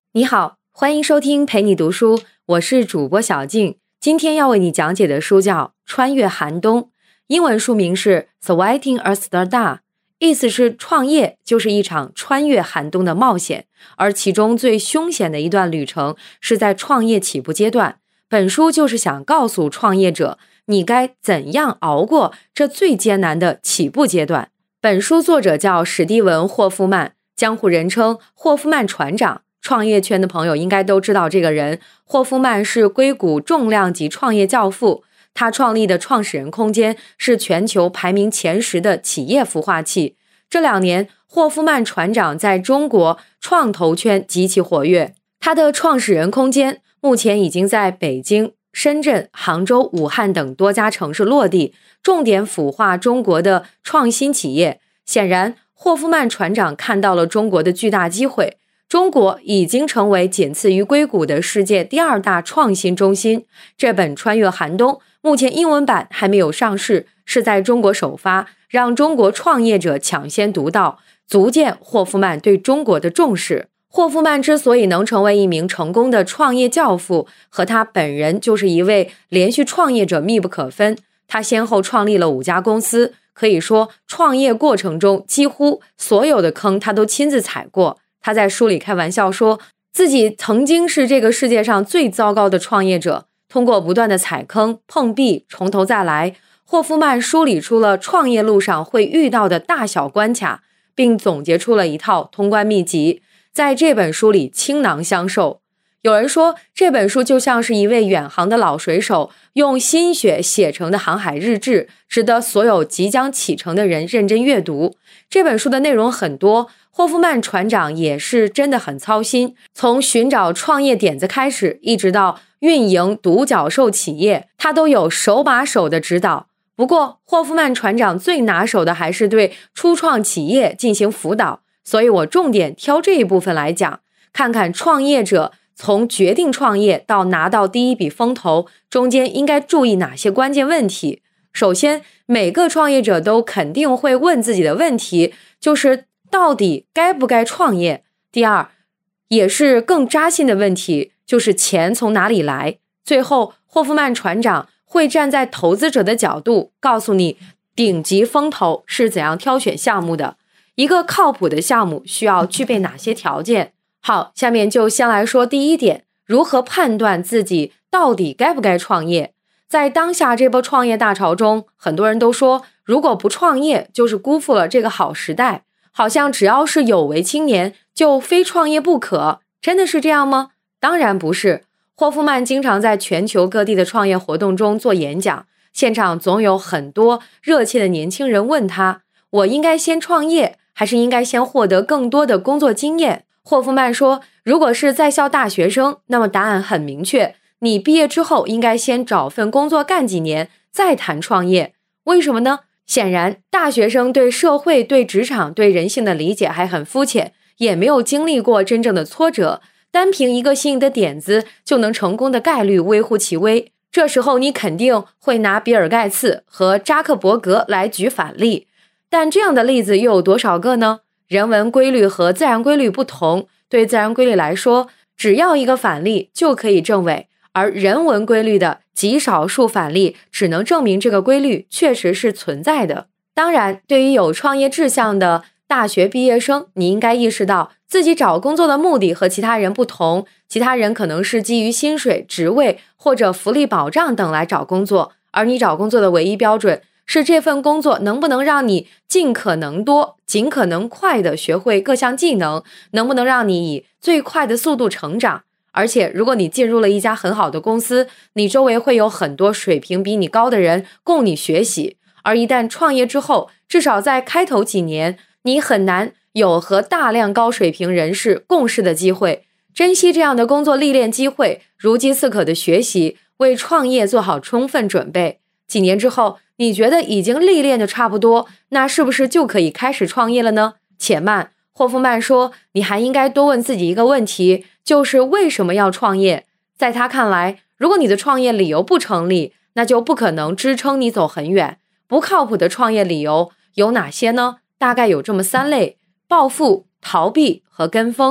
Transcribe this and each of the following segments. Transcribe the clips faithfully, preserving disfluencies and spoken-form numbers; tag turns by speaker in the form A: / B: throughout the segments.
A: 你好，欢迎收听陪你读书，我是主播小静。今天要为你讲解的书叫《穿越寒冬》，英文书名是 Surviving a Startup， 意思是创业就是一场穿越寒冬的冒险，而其中最凶险的一段旅程是在创业起步阶段。本书就是想告诉创业者，你该怎样熬过这最艰难的起步阶段。本书作者叫史蒂文·霍夫曼，江湖人称霍夫曼船长。创业圈的朋友应该都知道这个人，霍夫曼是硅谷重量级创业教父，他创立的创始人空间是全球排名前十的企业孵化器。这两年，霍夫曼船长在中国创投圈极其活跃，他的创始人空间目前已经在北京、深圳、杭州、武汉等多家城市落地，重点孵化中国的创新企业。显然，霍夫曼船长看到了中国的巨大机会。中国已经成为仅次于硅谷的世界第二大创新中心。这本《穿越寒冬》目前英文版还没有上市，是在中国首发，让中国创业者抢先读到，足见霍夫曼对中国的重视。霍夫曼之所以能成为一名成功的创业教父，和他本人就是一位连续创业者密不可分。他先后创立了五家公司，可以说创业过程中几乎所有的坑他都亲自踩过。他在书里开玩笑说，自己曾经是这个世界上最糟糕的创业者，通过不断的踩坑、碰壁、从头再来，霍夫曼梳理出了创业路上会遇到的大小关卡，并总结出了一套通关秘籍，在这本书里倾囊相授。有人说，这本书就像是一位远航的老水手用心血写成的航海日志，值得所有即将启程的人认真阅读。这本书的内容很多，霍夫曼船长也是真的很操心，从寻找创业点子开始，一直到运营独角兽企业，他都有手把手的指导。不过，霍夫曼船长最拿手的还是对初创企业进行辅导，所以我重点挑这一部分来讲，看看创业者从决定创业到拿到第一笔风投，中间应该注意哪些关键问题。首先，每个创业者都肯定会问自己的问题，就是到底该不该创业？第二，也是更扎心的问题，就是钱从哪里来？最后，霍夫曼船长会站在投资者的角度，告诉你顶级风投是怎样挑选项目的，一个靠谱的项目需要具备哪些条件。好，下面就先来说第一点，如何判断自己到底该不该创业。在当下这波创业大潮中，很多人都说，如果不创业，就是辜负了这个好时代。好像只要是有为青年，就非创业不可。真的是这样吗？当然不是。霍夫曼经常在全球各地的创业活动中做演讲，现场总有很多热切的年轻人问他，我应该先创业，还是应该先获得更多的工作经验？霍夫曼说，如果是在校大学生，那么答案很明确，你毕业之后应该先找份工作干几年，再谈创业。为什么呢？显然，大学生对社会、对职场、对人性的理解还很肤浅，也没有经历过真正的挫折，单凭一个新颖的点子就能成功的概率微乎其微。这时候你肯定会拿比尔盖茨和扎克伯格来举反例，但这样的例子又有多少个呢？人文规律和自然规律不同，对自然规律来说，只要一个反例就可以证伪，而人文规律的极少数反例只能证明这个规律确实是存在的。当然，对于有创业志向的大学毕业生，你应该意识到自己找工作的目的和其他人不同，其他人可能是基于薪水、职位或者福利保障等来找工作，而你找工作的唯一标准是这份工作能不能让你尽可能多、尽可能快地学会各项技能，能不能让你以最快的速度成长。而且如果你进入了一家很好的公司，你周围会有很多水平比你高的人供你学习，而一旦创业之后，至少在开头几年，你很难有和大量高水平人士共事的机会。珍惜这样的工作历练机会，如饥似渴的学习，为创业做好充分准备。几年之后，你觉得已经历练的差不多，那是不是就可以开始创业了呢？且慢，霍夫曼说，你还应该多问自己一个问题，就是为什么要创业？在他看来，如果你的创业理由不成立，那就不可能支撑你走很远。不靠谱的创业理由有哪些呢？大概有这么三类：暴富、逃避和跟风。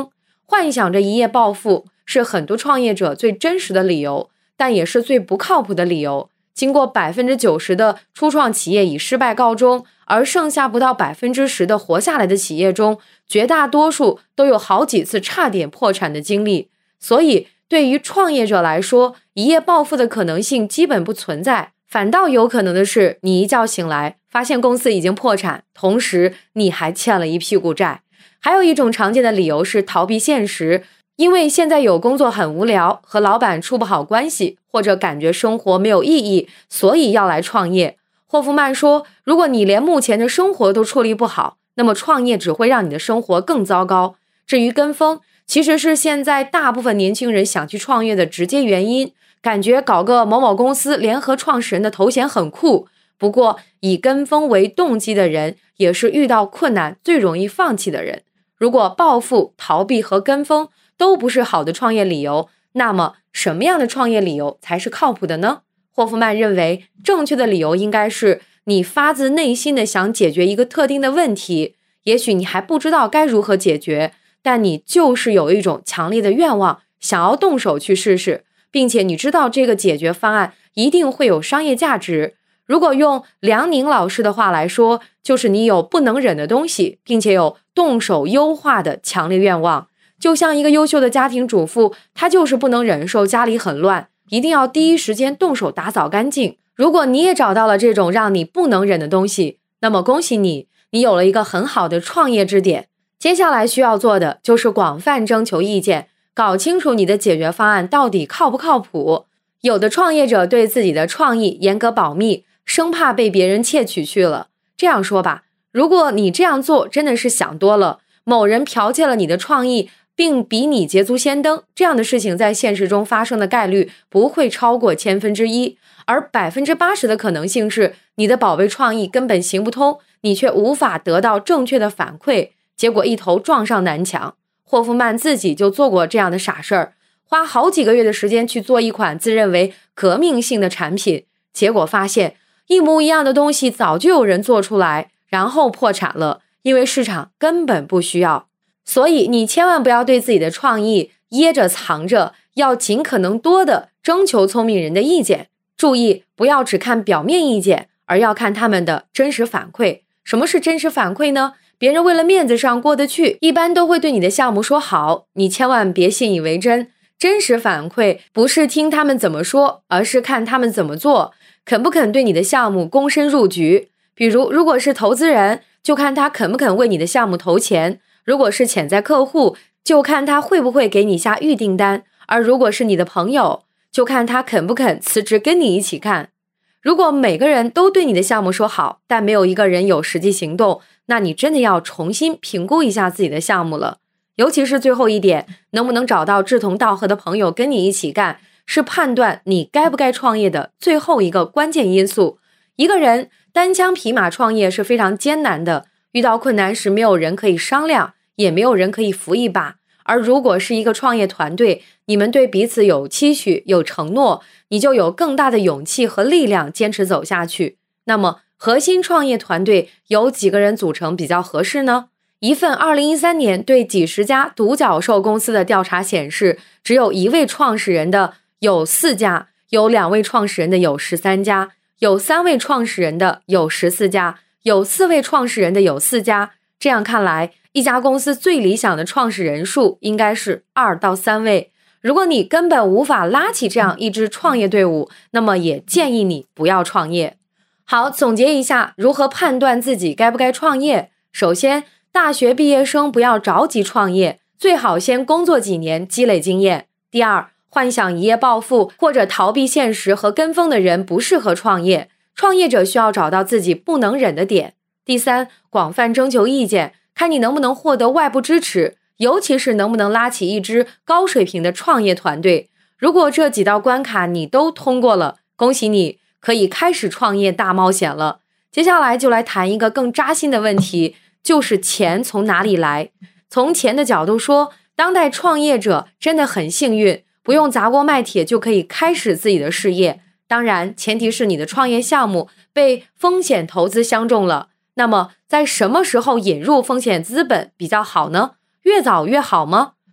A: 幻想着一夜暴富是很多创业者最真实的理由，但也是最不靠谱的理由。经过 百分之九十 的初创企业以失败告终，而剩下不到 百分之十 的活下来的企业中，绝大多数都有好几次差点破产的经历。所以对于创业者来说，一夜暴富的可能性基本不存在，反倒有可能的是你一觉醒来发现公司已经破产，同时你还欠了一屁股债。还有一种常见的理由是逃避现实，因为现在有工作很无聊，和老板处不好关系，或者感觉生活没有意义，所以要来创业。霍夫曼说，如果你连目前的生活都处理不好，那么创业只会让你的生活更糟糕。至于跟风，其实是现在大部分年轻人想去创业的直接原因，感觉搞个某某公司联合创始人的头衔很酷。不过以跟风为动机的人，也是遇到困难最容易放弃的人。如果暴富、逃避和跟风都不是好的创业理由，那么什么样的创业理由才是靠谱的呢？霍夫曼认为，正确的理由应该是你发自内心的想解决一个特定的问题，也许你还不知道该如何解决，但你就是有一种强烈的愿望，想要动手去试试，并且你知道这个解决方案一定会有商业价值。如果用梁宁老师的话来说，就是你有不能忍的东西，并且有动手优化的强烈愿望。就像一个优秀的家庭主妇，她就是不能忍受家里很乱，一定要第一时间动手打扫干净。如果你也找到了这种让你不能忍的东西，那么恭喜你，你有了一个很好的创业支点。接下来需要做的就是广泛征求意见，搞清楚你的解决方案到底靠不靠谱。有的创业者对自己的创意严格保密，生怕被别人窃取去了。这样说吧，如果你这样做真的是想多了，某人剽窃了你的创意，并比你捷足先登，这样的事情在现实中发生的概率不会超过千分之一，而 百分之八十 的可能性是你的宝贝创意根本行不通，你却无法得到正确的反馈，结果一头撞上南墙。霍夫曼自己就做过这样的傻事儿，花好几个月的时间去做一款自认为革命性的产品，结果发现一模一样的东西早就有人做出来，然后破产了，因为市场根本不需要。所以你千万不要对自己的创意掖着藏着，要尽可能多的征求聪明人的意见。注意，不要只看表面意见，而要看他们的真实反馈。什么是真实反馈呢？别人为了面子上过得去，一般都会对你的项目说好，你千万别信以为真。真实反馈不是听他们怎么说，而是看他们怎么做，肯不肯对你的项目躬身入局。比如，如果是投资人，就看他肯不肯为你的项目投钱；如果是潜在客户，就看他会不会给你下预订单；而如果是你的朋友，就看他肯不肯辞职跟你一起干。如果每个人都对你的项目说好，但没有一个人有实际行动，那你真的要重新评估一下自己的项目了。尤其是最后一点，能不能找到志同道合的朋友跟你一起干，是判断你该不该创业的最后一个关键因素。一个人单枪匹马创业是非常艰难的，遇到困难时没有人可以商量，也没有人可以扶一把。而如果是一个创业团队，你们对彼此有期许、有承诺，你就有更大的勇气和力量坚持走下去。那么核心创业团队由几个人组成比较合适呢？一份二零一三年对几十家独角兽公司的调查显示，只有一位创始人的有四家，有两位创始人的有十三家，有三位创始人的有十四家，有四位创始人的有四家。这样看来，一家公司最理想的创始人数应该是二到三位。如果你根本无法拉起这样一支创业队伍，那么也建议你不要创业。好，总结一下，如何判断自己该不该创业？首先，大学毕业生不要着急创业，最好先工作几年积累经验。第二，幻想一夜暴富或者逃避现实和跟风的人不适合创业，创业者需要找到自己不能忍的点。第三，广泛征求意见，看你能不能获得外部支持，尤其是能不能拉起一支高水平的创业团队。如果这几道关卡你都通过了，恭喜你，可以开始创业大冒险了。接下来就来谈一个更扎心的问题，就是钱从哪里来？从钱的角度说，当代创业者真的很幸运，不用砸锅卖铁就可以开始自己的事业。当然，前提是你的创业项目被风险投资相中了。那么在什么时候引入风险资本比较好呢？越早越好吗？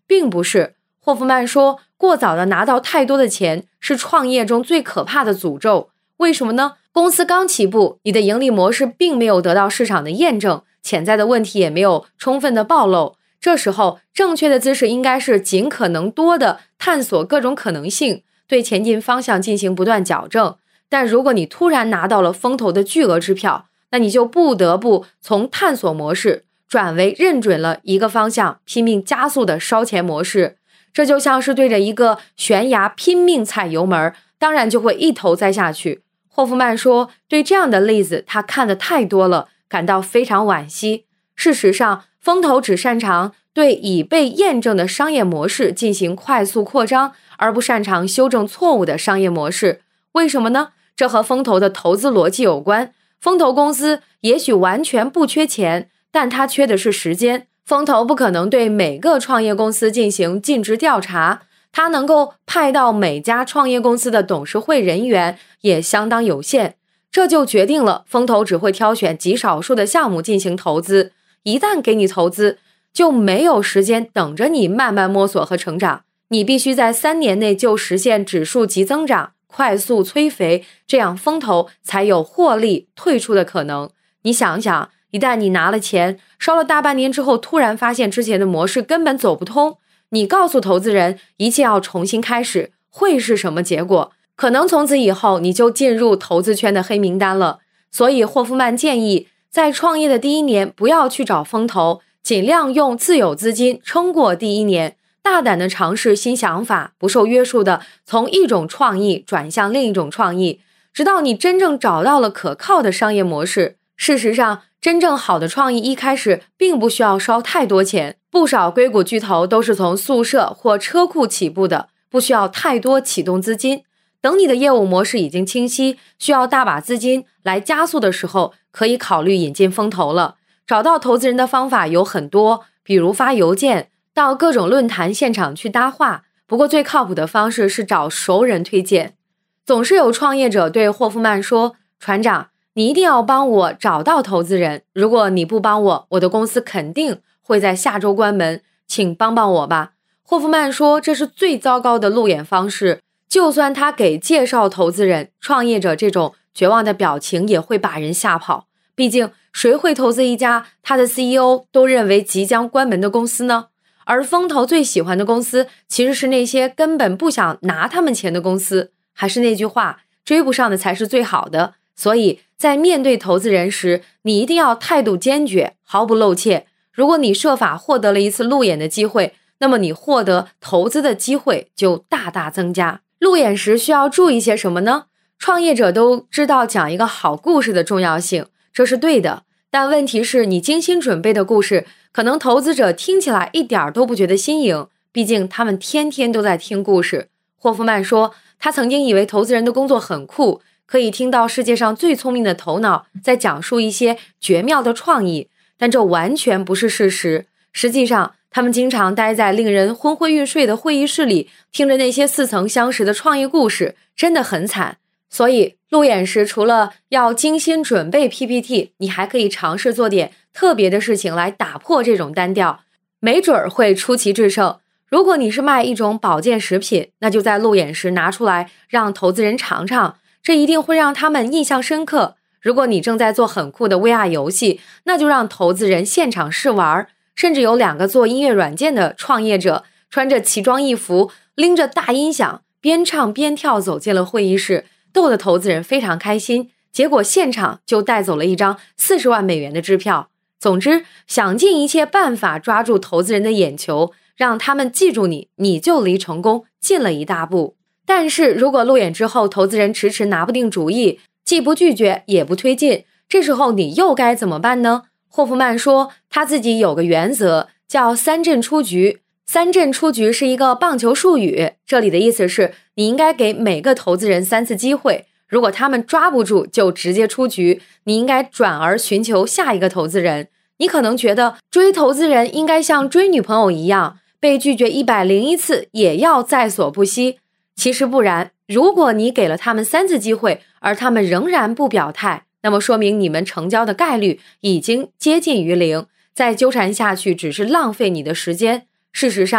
A: 并不是。霍夫曼说，过早的拿到太多的钱是创业中最可怕的诅咒。为什么呢？公司刚起步，你的盈利模式并没有得到市场的验证，潜在的问题也没有充分的暴露。这时候，正确的姿势应该是尽可能多的探索各种可能性，对前进方向进行不断矫正。但如果你突然拿到了风投的巨额支票，那你就不得不从探索模式转为认准了一个方向，拼命加速的烧钱模式。这就像是对着一个悬崖拼命踩油门，当然就会一头栽下去。霍夫曼说，对这样的例子他看得太多了，感到非常惋惜。事实上，风投只擅长对已被验证的商业模式进行快速扩张，而不擅长修正错误的商业模式。为什么呢？这和风投的投资逻辑有关。风投公司也许完全不缺钱，但它缺的是时间。风投不可能对每个创业公司进行尽职调查，它能够派到每家创业公司的董事会人员也相当有限。这就决定了风投只会挑选极少数的项目进行投资，一旦给你投资，就没有时间等着你慢慢摸索和成长，你必须在三年内就实现指数级增长，快速催肥，这样风投才有获利退出的可能。你想想，一旦你拿了钱，烧了大半年之后，突然发现之前的模式根本走不通，你告诉投资人一切要重新开始，会是什么结果？可能从此以后你就进入投资圈的黑名单了。所以霍夫曼建议，在创业的第一年不要去找风投，尽量用自有资金撑过第一年，大胆的尝试新想法，不受约束的从一种创意转向另一种创意，直到你真正找到了可靠的商业模式。事实上，真正好的创意一开始并不需要烧太多钱，不少硅谷巨头都是从宿舍或车库起步的，不需要太多启动资金。等你的业务模式已经清晰，需要大把资金来加速的时候，可以考虑引进风投了。找到投资人的方法有很多，比如发邮件，到各种论坛现场去搭话，不过最靠谱的方式是找熟人推荐。总是有创业者对霍夫曼说，船长，你一定要帮我找到投资人，如果你不帮我，我的公司肯定会在下周关门，请帮帮我吧。霍夫曼说，这是最糟糕的路演方式，就算他给介绍投资人，创业者这种绝望的表情也会把人吓跑。毕竟谁会投资一家他的 C E O 都认为即将关门的公司呢？而风投最喜欢的公司其实是那些根本不想拿他们钱的公司。还是那句话，追不上的才是最好的。所以在面对投资人时，你一定要态度坚决，毫不露怯。如果你设法获得了一次路演的机会，那么你获得投资的机会就大大增加。路演时需要注意些什么呢？创业者都知道讲一个好故事的重要性，这是对的。但问题是，你精心准备的故事，可能投资者听起来一点都不觉得新颖，毕竟他们天天都在听故事。霍夫曼说，他曾经以为投资人的工作很酷，可以听到世界上最聪明的头脑在讲述一些绝妙的创意，但这完全不是事实。实际上，他们经常待在令人昏昏欲睡的会议室里，听着那些似曾相识的创业故事，真的很惨。所以路演时除了要精心准备 P P T， 你还可以尝试做点特别的事情来打破这种单调，没准儿会出奇制胜。如果你是卖一种保健食品，那就在路演时拿出来让投资人尝尝，这一定会让他们印象深刻。如果你正在做很酷的 V R 游戏，那就让投资人现场试玩。甚至有两个做音乐软件的创业者穿着奇装异服，拎着大音响，边唱边跳走进了会议室，逗得投资人非常开心，结果现场就带走了一张四十万美元的支票。总之，想尽一切办法抓住投资人的眼球，让他们记住你，你就离成功近了一大步。但是如果路演之后投资人迟迟拿不定主意，既不拒绝也不推进，这时候你又该怎么办呢？霍夫曼说，他自己有个原则，叫三振出局。三振出局是一个棒球术语，这里的意思是你应该给每个投资人三次机会，如果他们抓不住就直接出局，你应该转而寻求下一个投资人。你可能觉得追投资人应该像追女朋友一样，被拒绝一百零一次也要在所不惜。其实不然，如果你给了他们三次机会，而他们仍然不表态，那么说明你们成交的概率已经接近于零，再纠缠下去只是浪费你的时间。事实上，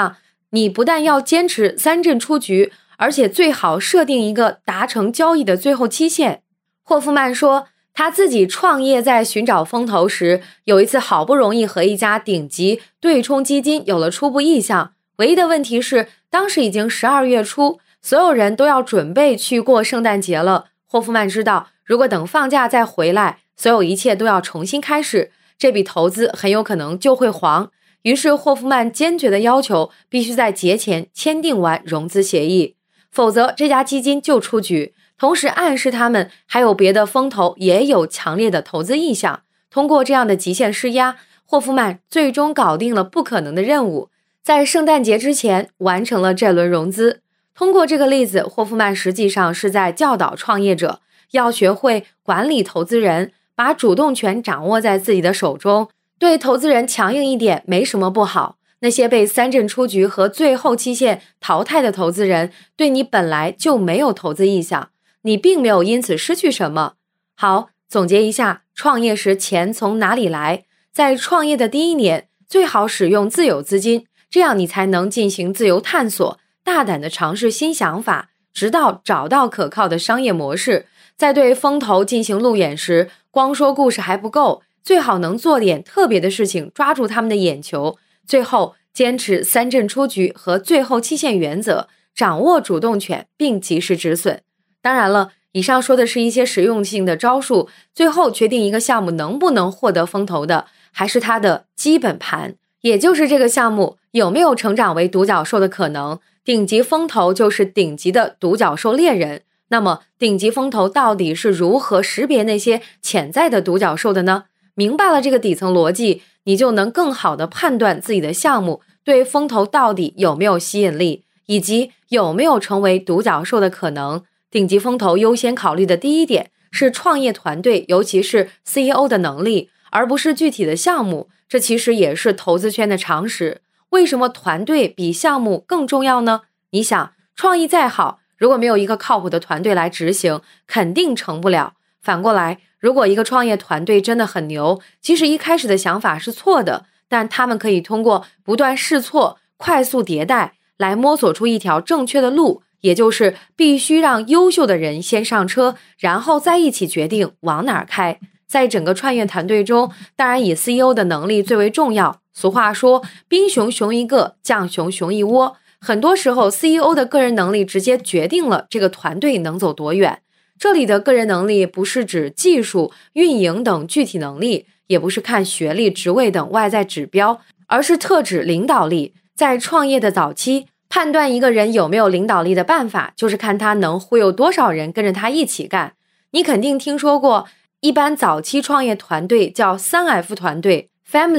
A: 你不但要坚持三振出局，而且最好设定一个达成交易的最后期限。霍夫曼说，他自己创业在寻找风投时，有一次好不容易和一家顶级对冲基金有了初步意向，唯一的问题是当时已经十二月初，所有人都要准备去过圣诞节了。霍夫曼知道，如果等放假再回来，所有一切都要重新开始，这笔投资很有可能就会黄。于是霍夫曼坚决地要求必须在节前签订完融资协议，否则这家基金就出局，同时暗示他们还有别的风投也有强烈的投资意向。通过这样的极限施压，霍夫曼最终搞定了不可能的任务，在圣诞节之前完成了这轮融资。通过这个例子，霍夫曼实际上是在教导创业者要学会管理投资人，把主动权掌握在自己的手中。对投资人强硬一点没什么不好，那些被三振出局和最后期限淘汰的投资人对你本来就没有投资意向，你并没有因此失去什么。好，总结一下，创业时钱从哪里来？在创业的第一年，最好使用自有资金，这样你才能进行自由探索，大胆地尝试新想法，直到找到可靠的商业模式。在对风投进行路演时，光说故事还不够，最好能做点特别的事情，抓住他们的眼球。最后，坚持三振出局和最后期限原则，掌握主动权并及时止损。当然了，以上说的是一些实用性的招数，最后决定一个项目能不能获得风投的，还是它的基本盘，也就是这个项目有没有成长为独角兽的可能。顶级风投就是顶级的独角兽猎人。那么，顶级风投到底是如何识别那些潜在的独角兽的呢？明白了这个底层逻辑，你就能更好地判断自己的项目对风投到底有没有吸引力，以及有没有成为独角兽的可能。顶级风投优先考虑的第一点是创业团队，尤其是 C E O 的能力，而不是具体的项目。这其实也是投资圈的常识。为什么团队比项目更重要呢？你想，创意再好，如果没有一个靠谱的团队来执行，肯定成不了。反过来，如果一个创业团队真的很牛，即使一开始的想法是错的，但他们可以通过不断试错、快速迭代来摸索出一条正确的路，也就是必须让优秀的人先上车，然后再一起决定往哪儿开。在整个创业团队中，当然以 C E O 的能力最为重要。俗话说，兵熊熊一个，将熊熊一窝。很多时候 C E O 的个人能力直接决定了这个团队能走多远。这里的个人能力不是指技术、运营等具体能力，也不是看学历、职位等外在指标，而是特指领导力。在创业的早期，判断一个人有没有领导力的办法，就是看他能忽悠多少人跟着他一起干。你肯定听说过，一般早期创业团队叫三 F 团队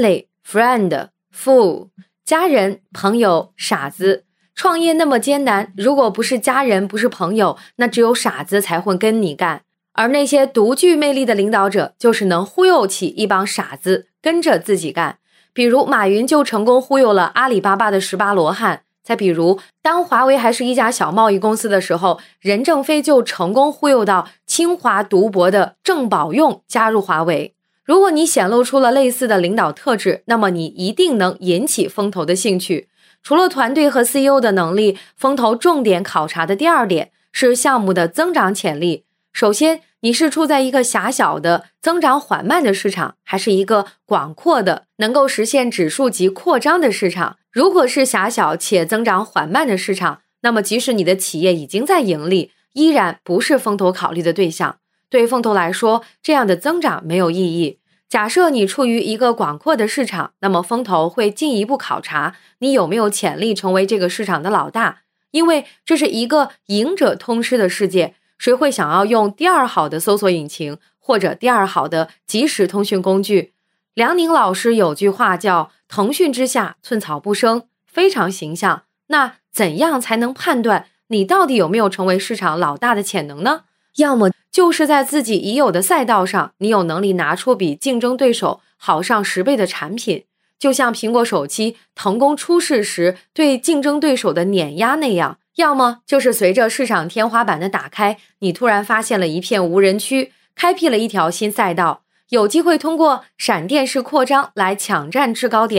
A: ：Family、Friend、Fool， 家人、朋友、傻子。创业那么艰难，如果不是家人，不是朋友，那只有傻子才会跟你干。而那些独具魅力的领导者，就是能忽悠起一帮傻子跟着自己干。比如马云就成功忽悠了阿里巴巴的十八罗汉。再比如，当华为还是一家小贸易公司的时候，任正非就成功忽悠到清华读博的郑宝用加入华为。如果你显露出了类似的领导特质，那么你一定能引起风投的兴趣。除了团队和 C E O 的能力，风投重点考察的第二点是项目的增长潜力。首先，你是处在一个狭小的、增长缓慢的市场，还是一个广阔的、能够实现指数级扩张的市场？如果是狭小且增长缓慢的市场，那么即使你的企业已经在盈利，依然不是风投考虑的对象。对风投来说，这样的增长没有意义。假设你处于一个广阔的市场，那么风投会进一步考察你有没有潜力成为这个市场的老大，因为这是一个赢者通吃的世界，谁会想要用第二好的搜索引擎或者第二好的即时通讯工具？梁宁老师有句话叫腾讯之下寸草不生，非常形象。那怎样才能判断你到底有没有成为市场老大的潜能呢？要么就是在自己已有的赛道上，你有能力拿出比竞争对手好上十倍的产品，就像苹果手机腾空出世时对竞争对手的碾压那样；要么就是随着市场天花板的打开，你突然发现了一片无人区，开辟了一条新赛道，有机会通过闪电式扩张来抢占制高点。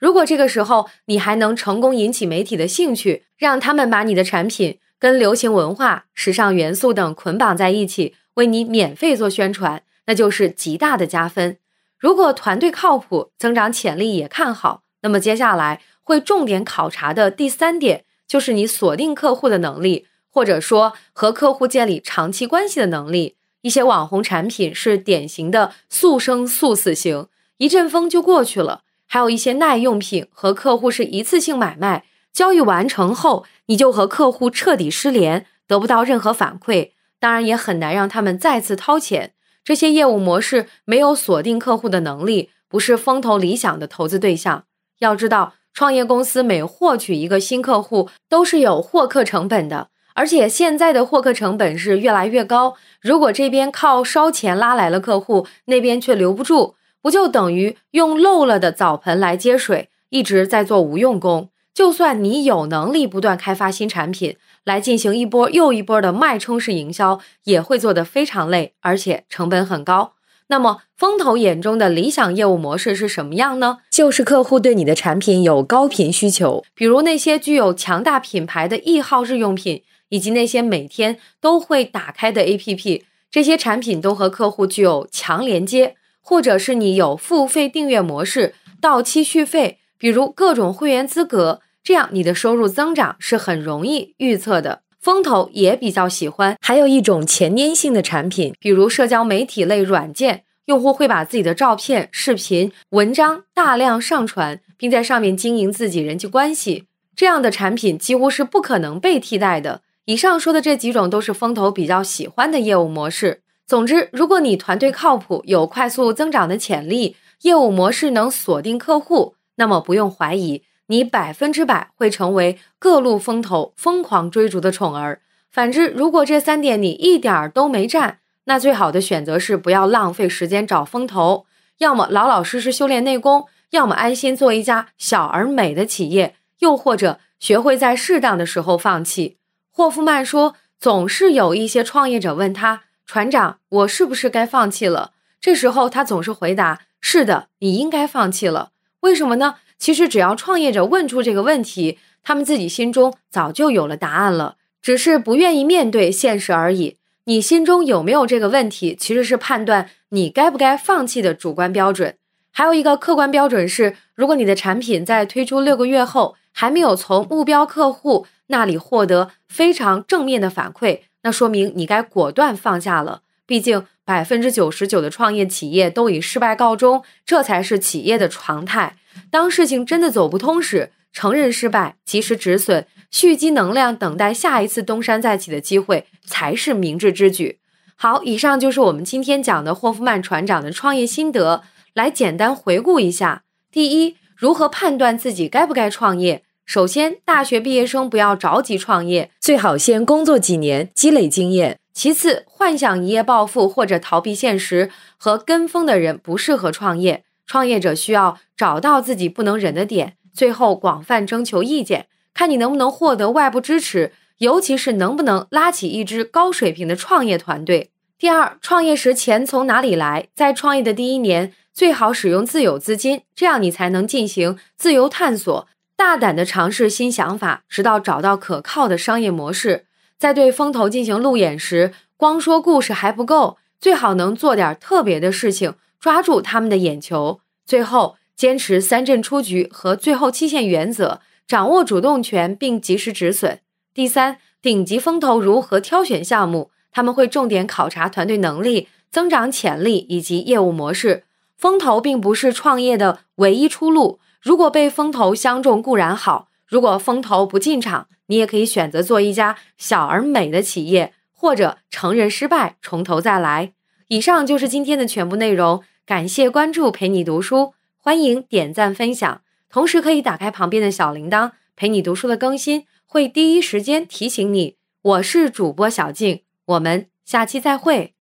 A: 如果这个时候你还能成功引起媒体的兴趣，让他们把你的产品跟流行文化、时尚元素等捆绑在一起，为你免费做宣传，那就是极大的加分。如果团队靠谱，增长潜力也看好，那么接下来会重点考察的第三点，就是你锁定客户的能力，或者说和客户建立长期关系的能力。一些网红产品是典型的速生速死型，一阵风就过去了。还有一些耐用品和客户是一次性买卖，交易完成后你就和客户彻底失联，得不到任何反馈，当然也很难让他们再次掏钱。这些业务模式没有锁定客户的能力，不是风投理想的投资对象。要知道，创业公司每获取一个新客户都是有获客成本的，而且现在的获客成本是越来越高。如果这边靠烧钱拉来了客户，那边却留不住，不就等于用漏了的澡盆来接水，一直在做无用功。就算你有能力不断开发新产品，来进行一波又一波的脉冲式营销，也会做得非常累，而且成本很高。那么风投眼中的理想业务模式是什么样呢？就是客户对你的产品有高频需求，比如那些具有强大品牌的易耗日用品，以及那些每天都会打开的 A P P， 这些产品都和客户具有强连接，或者是你有付费订阅模式，到期续费，比如各种会员资格，这样你的收入增长是很容易预测的。风投也比较喜欢还有一种前瞻性的产品，比如社交媒体类软件，用户会把自己的照片、视频、文章大量上传，并在上面经营自己人际关系，这样的产品几乎是不可能被替代的。以上说的这几种都是风投比较喜欢的业务模式。总之，如果你团队靠谱，有快速增长的潜力，业务模式能锁定客户，那么不用怀疑，你百分之百会成为各路风投疯狂追逐的宠儿。反之，如果这三点你一点都没占，那最好的选择是不要浪费时间找风投，要么老老实实修炼内功，要么安心做一家小而美的企业，又或者学会在适当的时候放弃。霍夫曼说，总是有一些创业者问他，船长，我是不是该放弃了？这时候他总是回答，是的，你应该放弃了。为什么呢？其实只要创业者问出这个问题，他们自己心中早就有了答案了，只是不愿意面对现实而已。你心中有没有这个问题，其实是判断你该不该放弃的主观标准。还有一个客观标准是，如果你的产品在推出六个月后还没有从目标客户那里获得非常正面的反馈，那说明你该果断放下了。毕竟 百分之九十九 的创业企业都以失败告终，这才是企业的常态。当事情真的走不通时，承认失败，及时止损，蓄积能量，等待下一次东山再起的机会，才是明智之举。好，以上就是我们今天讲的霍夫曼船长的创业心得。来简单回顾一下。第一，如何判断自己该不该创业？首先，大学毕业生不要着急创业，最好先工作几年，积累经验。其次，幻想一夜暴富或者逃避现实和跟风的人不适合创业，创业者需要找到自己不能忍的点，最后广泛征求意见，看你能不能获得外部支持，尤其是能不能拉起一支高水平的创业团队。第二，创业时钱从哪里来？在创业的第一年，最好使用自有资金，这样你才能进行自由探索，大胆地尝试新想法，直到找到可靠的商业模式。在对风投进行路演时，光说故事还不够，最好能做点特别的事情，抓住他们的眼球。最后，坚持三阵出局和最后期限原则，掌握主动权并及时止损。第三，顶级风投如何挑选项目？他们会重点考察团队能力、增长潜力以及业务模式。风投并不是创业的唯一出路，如果被风投相中固然好，如果风投不进场，你也可以选择做一家小而美的企业，或者承认失败，从头再来。以上就是今天的全部内容，感谢关注陪你读书，欢迎点赞分享，同时可以打开旁边的小铃铛，陪你读书的更新会第一时间提醒你。我是主播小静，我们下期再会。